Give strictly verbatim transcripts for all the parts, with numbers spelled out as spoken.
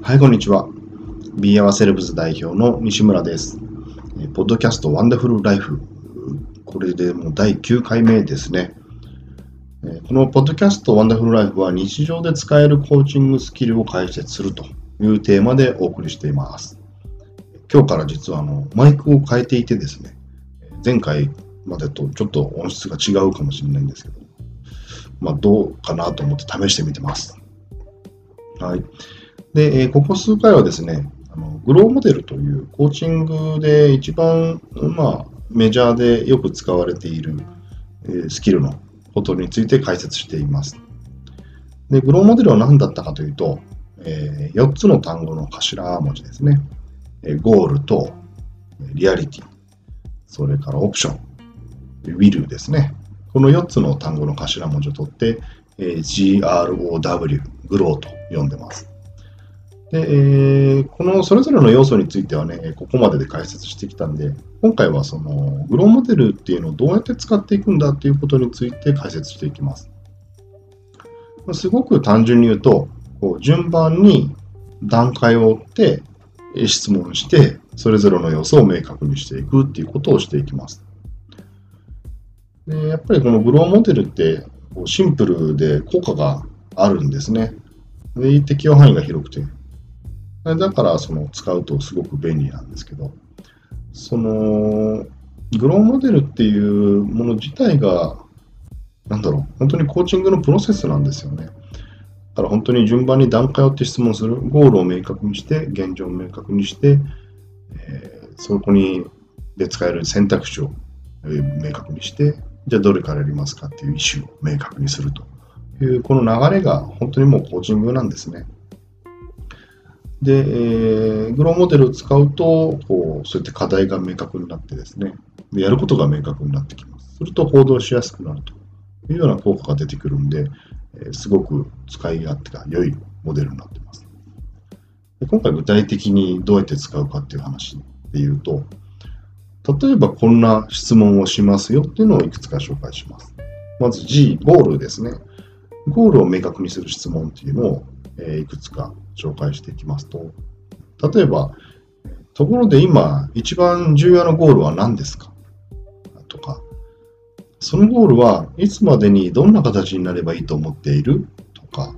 はい、こんにちは。ビーアワセレブズ代表の西村です。ポッドキャストワンダフルライフ。これでもうだいきゅうかいめですね。このポッドキャストワンダフルライフは日常で使えるコーチングスキルを解説するというテーマでお送りしています。今日から実はあのマイクを変えていてですね、前回までとちょっと音質が違うかもしれないんですけど、まあどうかなと思って試してみてます。はい。で、ここ数回はですね、あのグローモデルというコーチングで一番、まあ、メジャーでよく使われているスキルのことについて解説しています。で、グローモデルは何だったかというと、えー、よっつの単語の頭文字ですね。ゴールとリアリティ、それからオプション、ウィルですね。このよっつの単語の頭文字を取って、ジーアールオーダブリュー、グローと呼んでます。で、えー、このそれぞれの要素についてはね、ここまでで解説してきたんで、今回はそのグローモデルっていうのをどうやって使っていくんだっていうことについて解説していきます。すごく単純に言うと、こう順番に段階を追って質問して、それぞれの要素を明確にしていくっていうことをしていきます。でやっぱりこのグローモデルってシンプルで効果があるんですね。で適用範囲が広くて。だからその使うとすごく便利なんですけど、そのグローモデルっていうもの自体がなんだろう、本当にコーチングのプロセスなんですよね。だから本当に順番に段階を追って質問する、ゴールを明確にして、現状を明確にして、えー、そこにで使える選択肢を明確にして、じゃあどれからやりますかっていう意思を明確にするというこの流れが本当にもうコーチングなんですね。で、えー、グローモデルを使うとこうそういった課題が明確になってですね、でやることが明確になってきます。すると行動しやすくなるというような効果が出てくるんで、えー、すごく使い勝手が良いモデルになっています。で今回具体的にどうやって使うかっていう話でいうと、例えばこんな質問をしますよっていうのをいくつか紹介します。まず G、ゴールですね。ゴールを明確にする質問っていうのを、えー、いくつか紹介していきますと、例えば、ところで今一番重要なゴールは何ですかとか、そのゴールはいつまでにどんな形になればいいと思っているとか、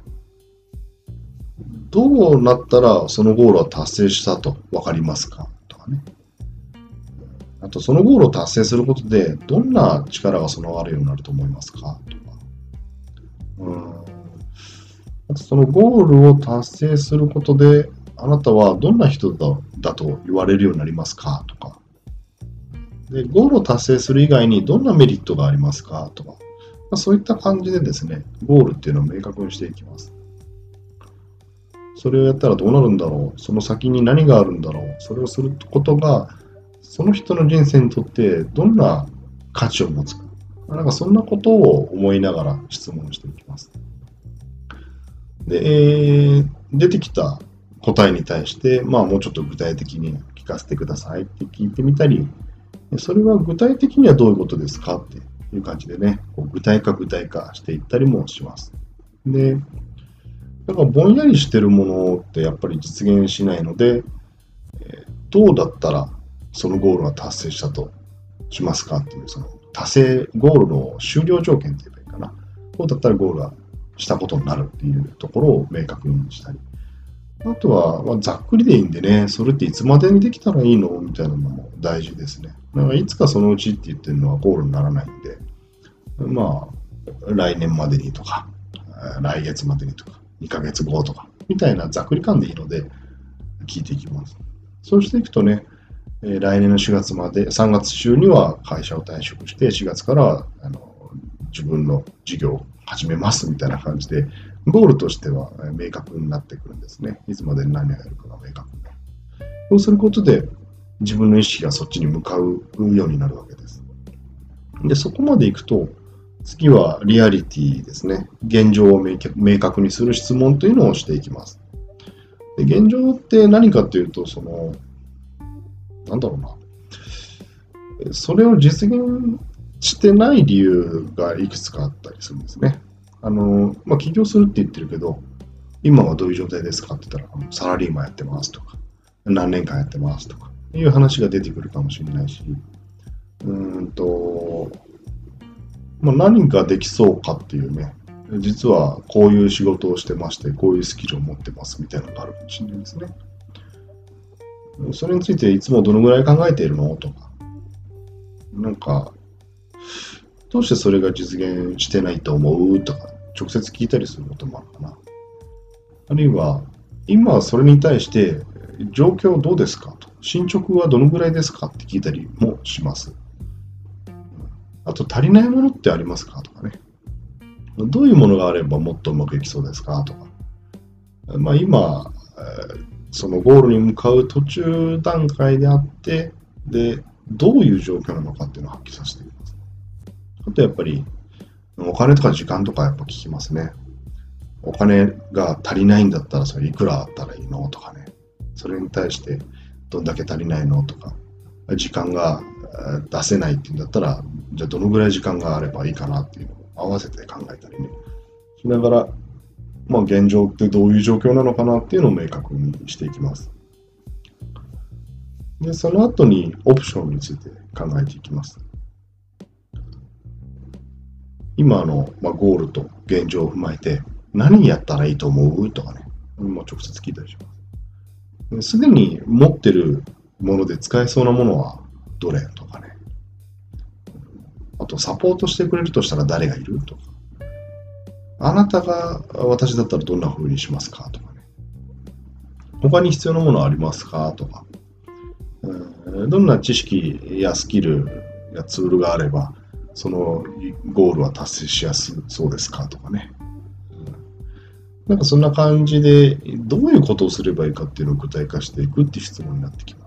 どうなったらそのゴールは達成したと分かりますかとかね。あとそのゴールを達成することでどんな力が備わるようになると思いますかとか、うんあとそのゴールを達成することであなたはどんな人だ、だと言われるようになりますかとかで、ゴールを達成する以外にどんなメリットがありますかとか、まあ、そういった感じでですね、ゴールっていうのを明確にしていきます。それをやったらどうなるんだろう、その先に何があるんだろう、それをすることがその人の人生にとってどんな価値を持つか、なんかそんなことを思いながら質問していきます。で、えー、出てきた答えに対して、まあもうちょっと具体的に聞かせてくださいって聞いてみたり、それは具体的にはどういうことですかっていう感じでね、こう具体化具体化していったりもします。で、なんかぼんやりしてるものってやっぱり実現しないので、どうだったらそのゴールは達成したとしますかっていう、その達成、ゴールの終了条件って言えばいいかな。どうだったらゴールはしたことになるっていうところを明確にしたり。あとは、まあ、ざっくりでいいんでね、それっていつまでにできたらいいのみたいなのも大事ですね。だからいつかそのうちって言ってるのはゴールにならないんで、まあ、来年までにとか、来月までにとか、にかげつごとか、みたいなざっくり感でいいので、聞いていきます。そうしていくとね、来年のしがつまで、さんがつ中には会社を退職して、しがつからはあの自分の事業を始めますみたいな感じで、ゴールとしては明確になってくるんですね。いつまでに何をやるかが明確になる。そうすることで、自分の意識がそっちに向かうようになるわけです。で、そこまでいくと、次はリアリティですね。現状を明確にする質問というのをしていきます。で、現状って何かというと、その、なんだろうな。それを実現してない理由がいくつかあったりするんですね。あの、まあ、起業するって言ってるけど、 今はどういう状態ですかって言ったら、サラリーマンやってますとか、何年間やってますとか、いう話が出てくるかもしれないし、うーんと、まあ、何ができそうかっていうね、実はこういう仕事をしてまして、こういうスキルを持ってますみたいなのがあるかもしれないですね。それについていつもどのぐらい考えているのとか、なんか、どうしてそれが実現してないと思うとか、直接聞いたりすることもあるかな。あるいは、今それに対して状況どうですかと、進捗はどのぐらいですかって聞いたりもします。あと、足りないものってありますかとかね。どういうものがあればもっとうまくいきそうですかとか。まあ今、そのゴールに向かう途中段階であって、で、どういう状況なのかっていうのを発揮させています。あとやっぱり、お金とか時間とかやっぱ聞きますね。お金が足りないんだったらそれいくらあったらいいのとかね。それに対してどんだけ足りないのとか。時間が出せないっていうんだったら、じゃあどのぐらい時間があればいいかなっていうのを合わせて考えたりね。しながら、まあ現状ってどういう状況なのかなっていうのを明確にしていきます。で、その後にオプションについて考えていきます。今の、まあ、ゴールと現状を踏まえて、何やったらいいと思うとかね、もう直接聞いたりします。すでに持ってるもので使えそうなものはどれとかね。あと、サポートしてくれるとしたら誰がいるとか。あなたが私だったらどんな風にしますかとかね。他に必要なものありますかとか。どんな知識やスキルやツールがあれば、そのゴールは達成しやすそうですかとかね。なんかそんな感じで、どういうことをすればいいかっていうのを具体化していくっていう質問になってきます。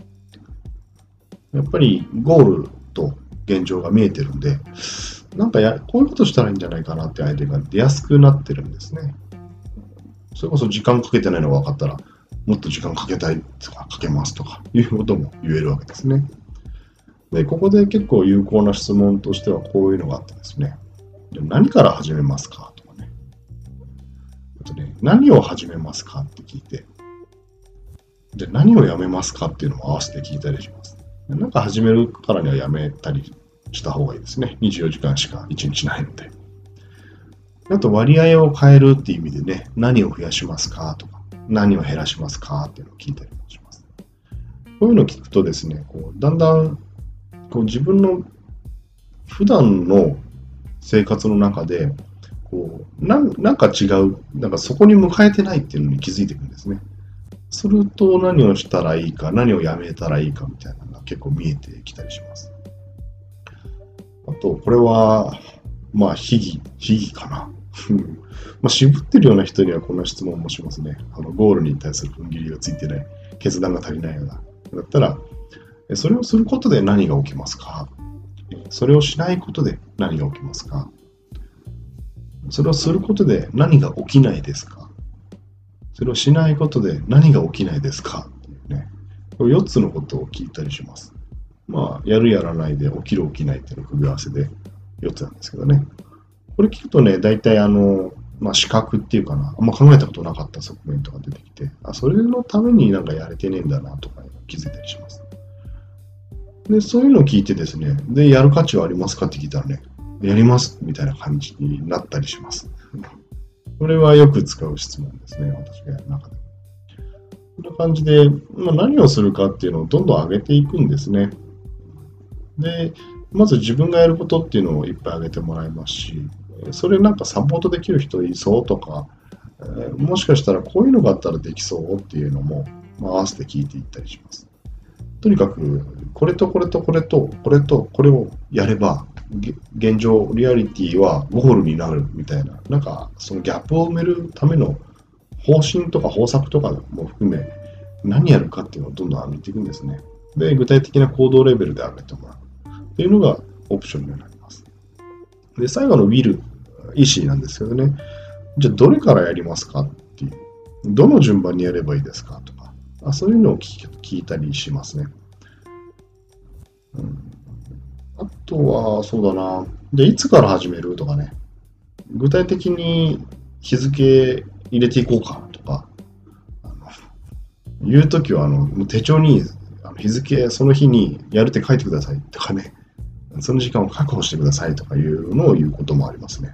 やっぱりゴールと現状が見えてるんで、なんかやこういうことしたらいいんじゃないかなってアイデアが出やすくなってるんですね。それこそ時間かけてないのが分かったら、もっと時間かけたいとかかけますとかいうことも言えるわけですね。で、ここで結構有効な質問としてはこういうのがあってですね。何から始めますかとかね。あとね、何を始めますかって聞いて、で、何をやめますかっていうのも合わせて聞いたりします。なんか始めるからにはやめたりした方がいいですね。にじゅうよじかんしかいちにちないので。あと割合を変えるっていう意味でね、何を増やしますかとか、何を減らしますかっていうのを聞いたりもします。こういうのを聞くとですね、こうだんだんこう自分の普段の生活の中で、こうななんか違う、なんかそこに向かえてないっていうのに気づいていくんですね。すると何をしたらいいか、何をやめたらいいかみたいなのが結構見えてきたりします。あと、これは、まあ、秘技、秘技かな。まあ、渋ってるような人にはこんな質問もしますね。あのゴールに対する踏ん切りがついてない、決断が足りないような。だったら、それをすることで何が起きますか？それをしないことで何が起きますか？それをすることで何が起きないですか？それをしないことで何が起きないですかっていうね。これよっつのことを聞いたりします。まあ、やるやらないで起きる起きないっていうの組み合わせでよっつなんですけどね。これ聞くとね、大体あの、まあ、視覚っていうかな、あんま考えたことなかった側面とか出てきて、あ、それのためになんかやれてねえんだなとか気づいたりします。で、そういうのを聞いてですね、で、やる価値はありますかって聞いたらね、やりますみたいな感じになったりします。これはよく使う質問ですね、私がやる中で。こんな感じで、まあ、何をするかっていうのをどんどん上げていくんですね。で、まず自分がやることっていうのをいっぱい上げてもらいますし、それなんかサポートできる人いそうとか、えー、もしかしたらこういうのがあったらできそうっていうのも、まあ、合わせて聞いていったりします。とにかく、これとこれとこれとこれとこれをやれば、現状、リアリティはゴールになるみたいな、なんかそのギャップを埋めるための方針とか方策とかも含め、何やるかっていうのをどんどん上げていくんですね。で、具体的な行動レベルで上げてもらうっていうのがオプションになります。で、最後の will、意思なんですけどね。じゃあ、どれからやりますかっていう。どの順番にやればいいですかとか。あ、そういうのを聞聞いたりしますね。うん、あとは、そうだな。で、いつから始めるとかね。具体的に日付入れていこうかとか、あの言うときはあのもう手帳にあの日付、その日にやるって書いてくださいとかね、その時間を確保してくださいとかいうのを言うこともありますね。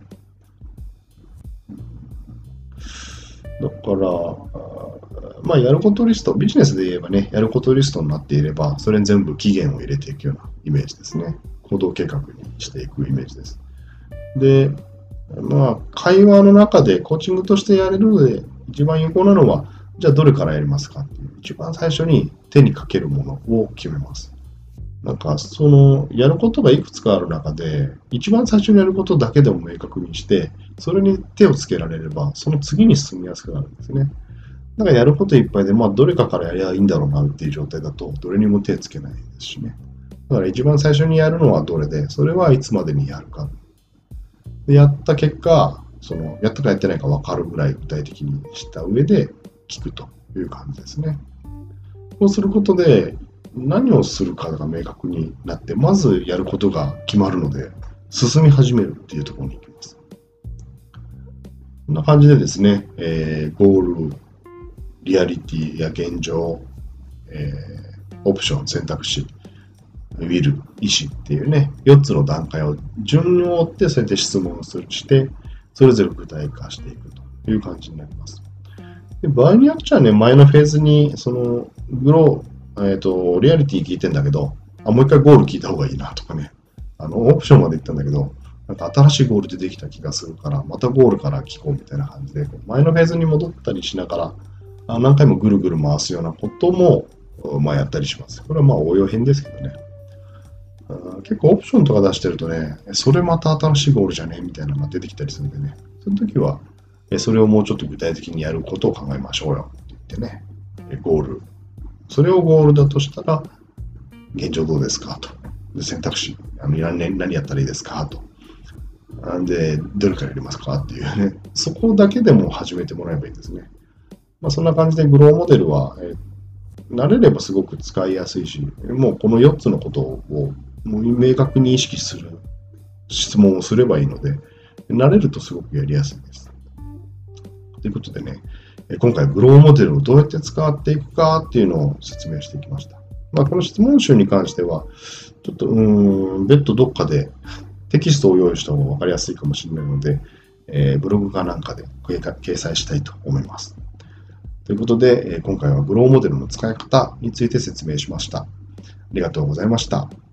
だから、まあ、やることリスト、ビジネスで言えばね、やることリストになっていれば、それに全部期限を入れていくようなイメージですね。行動計画にしていくイメージです。で、まあ、会話の中でコーチングとしてやれるので、一番有効なのは、じゃあどれからやりますかっていう、一番最初に手にかけるものを決めます。なんか、その、やることがいくつかある中で、一番最初にやることだけでも明確にして、それに手をつけられれば、その次に進みやすくなるんですね。だからやることいっぱいで、まあ、どれかからやりゃいいんだろうなっていう状態だと、どれにも手つけないですしね。だから一番最初にやるのはどれで、それはいつまでにやるか。で、やった結果、その、やったかやってないか分かるぐらい具体的にした上で聞くという感じですね。そうすることで、何をするかが明確になって、まずやることが決まるので、進み始めるっていうところに行きます。こんな感じでですね、えー、ゴール、リアリティや現状、えー、オプション、選択肢、ウィル、意思っていうね、よっつの段階を順を追って、それで質問をするして、それぞれ具体化していくという感じになります。で場合によっちゃね、前のフェーズに、その、グロー、えっと、リアリティ聞いてんだけど、あ、もう一回ゴール聞いた方がいいなとかね、あの、オプションまで行ったんだけど、なんか新しいゴール出てきた気がするから、またゴールから聞こうみたいな感じで、前のフェーズに戻ったりしながら、あ何回もぐるぐる回すようなことも、まあ、やったりします。これはまあ応用編ですけどね。結構オプションとか出してるとね、それまた新しいゴールじゃねみたいなのが出てきたりするんでね、その時は、それをもうちょっと具体的にやることを考えましょうよって言ってね、ゴール。それをゴールだとしたら、現状どうですかと。で選択肢、あの何、何やったらいいですかと。なんで、どれからやりますかっていうね、そこだけでも始めてもらえばいいんですね。まあ、そんな感じでグローモデルは、えー、慣れればすごく使いやすいし、もうこのよっつのことをもう明確に意識する質問をすればいいので、慣れるとすごくやりやすいです。ということでね、今回グローモデルをどうやって使っていくかっていうのを説明してきました。まあ、この質問集に関しては、ちょっとうーん、別途どっかでテキストを用意した方が分かりやすいかもしれないので、えー、ブログかなんかで掲載したいと思います。ということで、今回はグローモデルの使い方について説明しました。ありがとうございました。